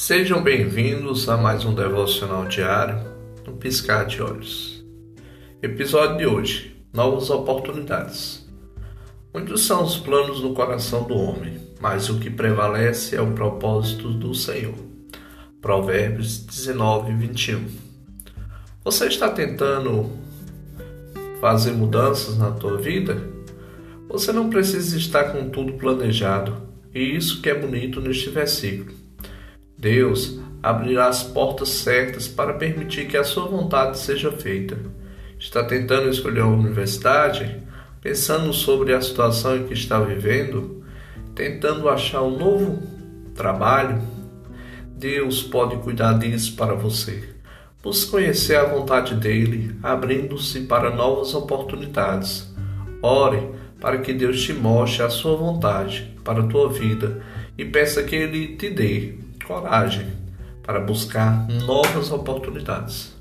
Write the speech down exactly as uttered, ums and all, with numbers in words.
Sejam bem-vindos a mais um devocional diário, no Piscar de Olhos. Episódio de hoje: Novas oportunidades. Muitos são os planos no coração do homem, mas o que prevalece é o propósito do Senhor. Provérbios dezenove, vinte e um. Você está tentando fazer mudanças na tua vida? Você não precisa estar com tudo planejado, e isso que é bonito neste versículo. Deus abrirá as portas certas para permitir que a sua vontade seja feita. Está tentando escolher uma universidade? Pensando sobre a situação em que está vivendo? Tentando achar um novo trabalho? Deus pode cuidar disso para você. Busque conhecer a vontade dele, abrindo-se para novas oportunidades. Ore para que Deus te mostre a sua vontade para a tua vida e peça que ele te dê coragem para buscar novas oportunidades.